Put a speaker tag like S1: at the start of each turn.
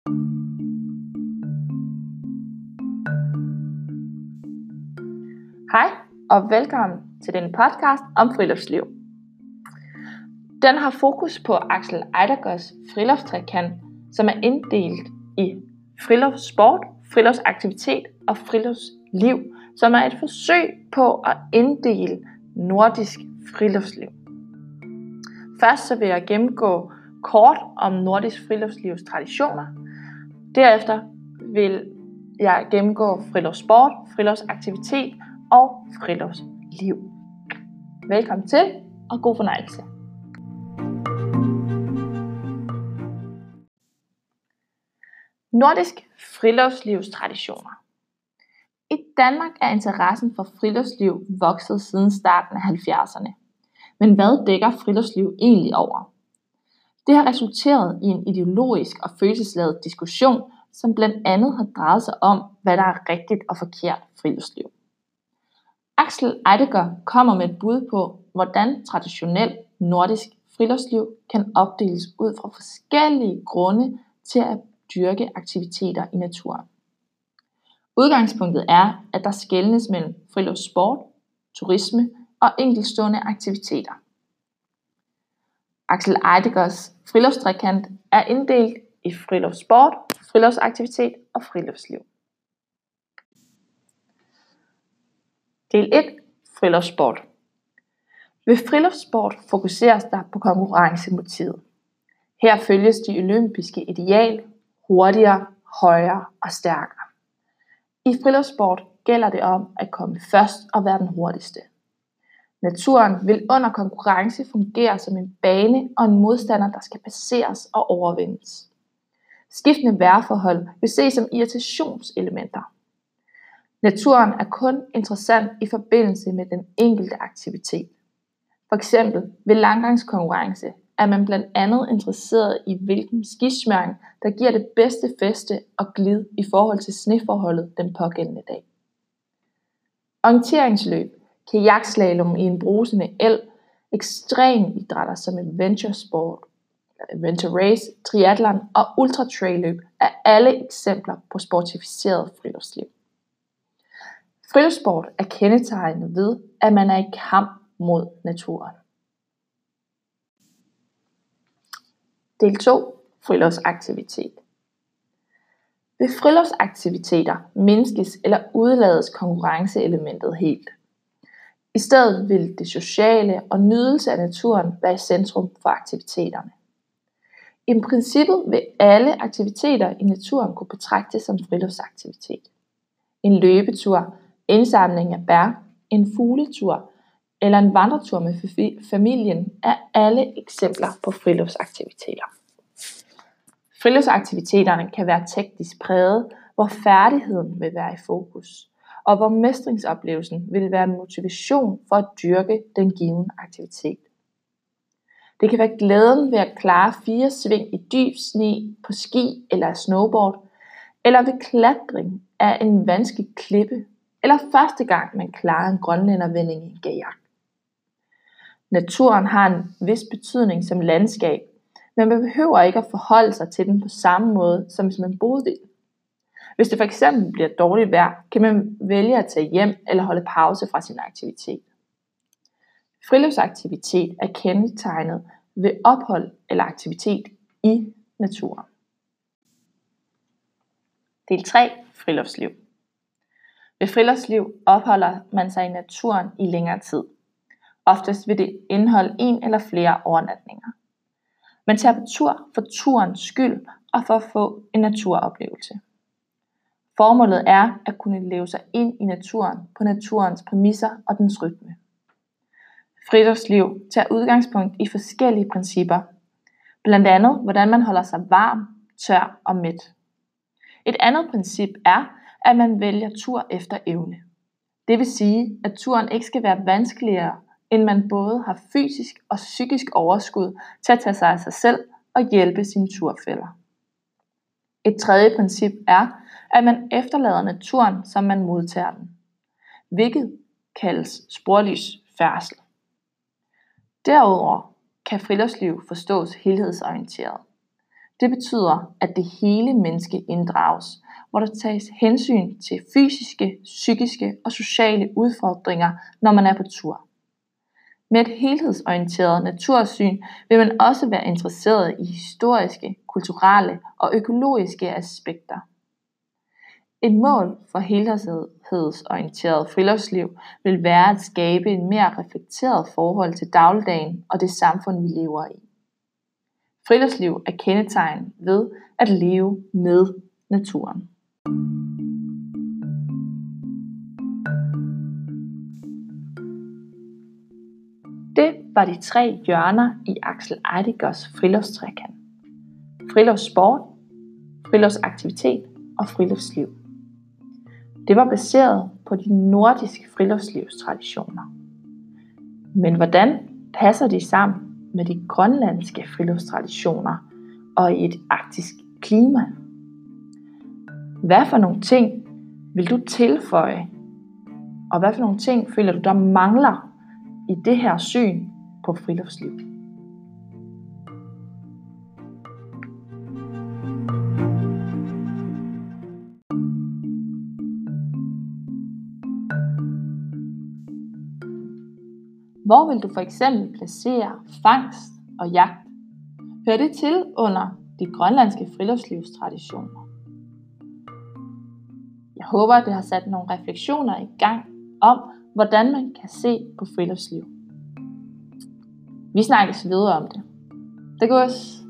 S1: Hej og velkommen til denne podcast om friluftsliv. Den har fokus på Axel Eidegers friluftstrekant, som er inddelt i friluftssport, friluftsaktivitet og friluftsliv, som er et forsøg på at inddele nordisk friluftsliv. Først så vil jeg gennemgå kort om nordisk friluftslivs traditioner. Derefter vil jeg gennemgå friluftssport, friluftsaktivitet og friluftsliv. Velkommen til, og god fornøjelse. Nordisk friluftslivs traditioner. I Danmark er interessen for friluftsliv vokset siden starten af 70'erne. Men hvad dækker friluftsliv egentlig over? Det har resulteret i en ideologisk og følelsesladet diskussion, som blandt andet har drejet sig om, hvad der er rigtigt og forkert friluftsliv. Axel Eideger kommer med et bud på, hvordan traditionelt nordisk friluftsliv kan opdeles ud fra forskellige grunde til at dyrke aktiviteter i naturen. Udgangspunktet er, at der skelnes mellem friluftssport, turisme og enkeltstående aktiviteter. Axel Eidegers friluftstrekant er inddelt i friluftssport, friluftsaktivitet og friluftsliv. Del 1. Friluftssport. Ved friluftssport fokuseres der på konkurrencemotivet. Her følges de olympiske ideal: hurtigere, højere og stærkere. I friluftssport gælder det om at komme først og være den hurtigste. Naturen vil under konkurrence fungere som en bane og en modstander, der skal passeres og overvindes. Skiftende vejrforhold vil ses som irritationselementer. Naturen er kun interessant i forbindelse med den enkelte aktivitet. For eksempel ved langgangskonkurrence er man blandt andet interesseret i, hvilken skismøring, der giver det bedste fæste og glid i forhold til sneforholdet den pågældende dag. Orienteringsløb, kajakslalom i en brusende elv, ekstremidrætter som adventure race, triathlon og ultratrailløb er alle eksempler på sportificeret friluftsliv. Friluftssport er kendetegnet ved, at man er i kamp mod naturen. Del 2. Friluftsaktivitet. Ved friluftsaktiviteter mindskes eller udlades konkurrenceelementet helt. I stedet vil det sociale og nydelse af naturen være i centrum for aktiviteterne. I princippet vil alle aktiviteter i naturen kunne betragtes som friluftsaktivitet. En løbetur, indsamling af bær, en fugletur eller en vandretur med familien er alle eksempler på friluftsaktiviteter. Friluftsaktiviteterne kan være teknisk præget, hvor færdigheden vil være i fokus, og hvor mestringsoplevelsen vil være en motivation for at dyrke den givne aktivitet. Det kan være glæden ved at klare 4 sving i dyb sne på ski eller snowboard, eller ved klatring af en vanskelig klippe, eller første gang man klarer en grønlændervending i en kajak. Naturen har en vis betydning som landskab, men man behøver ikke at forholde sig til den på samme måde, som hvis man boede i. Hvis det for eksempel bliver dårligt vejr, kan man vælge at tage hjem eller holde pause fra sin aktivitet. Friluftsaktivitet er kendetegnet ved ophold eller aktivitet i naturen. Del 3. Friluftsliv. Ved friluftsliv opholder man sig i naturen i længere tid. Oftest vil det indeholde en eller flere overnatninger. Man tager på tur for turens skyld og for at få en naturoplevelse. Formålet er at kunne leve sig ind i naturen på naturens præmisser og dens rytme. Friluftsliv tager udgangspunkt i forskellige principper, blandt andet hvordan man holder sig varm, tør og mæt. Et andet princip er, at man vælger tur efter evne. Det vil sige, at turen ikke skal være vanskeligere, end man både har fysisk og psykisk overskud til at tage sig af sig selv og hjælpe sine turfæller. Et tredje princip er, at man efterlader naturen, som man modtager den, hvilket kaldes sporløs færdsel. Derudover kan friluftsliv forstås helhedsorienteret. Det betyder, at det hele menneske inddrages, hvor der tages hensyn til fysiske, psykiske og sociale udfordringer, når man er på tur. Med et helhedsorienteret natursyn vil man også være interesseret i historiske, kulturelle og økologiske aspekter. Et mål for helhedsorienteret friluftsliv vil være at skabe en mere reflekteret forhold til dagligdagen og det samfund, vi lever i. Friluftsliv er kendetegnet ved at leve med naturen. Det var de 3 hjørner i Axel Eidigers friluftstrekant. Friluftssport, friluftsaktivitet og friluftsliv. Det var baseret på de nordiske friluftslivstraditioner. Men hvordan passer de sammen med de grønlandske friluftstraditioner og i et arktisk klima? Hvad for nogle ting vil du tilføje, og hvad for nogle ting føler du, der mangler i det her syn på friluftsliv? Hvor vil du for eksempel placere fangst og jagt? Hører det til under de grønlandske friluftslivstraditioner? Jeg håber, at det har sat nogle refleksioner i gang om, hvordan man kan se på friluftsliv. Vi snakkes videre om det. Det gods.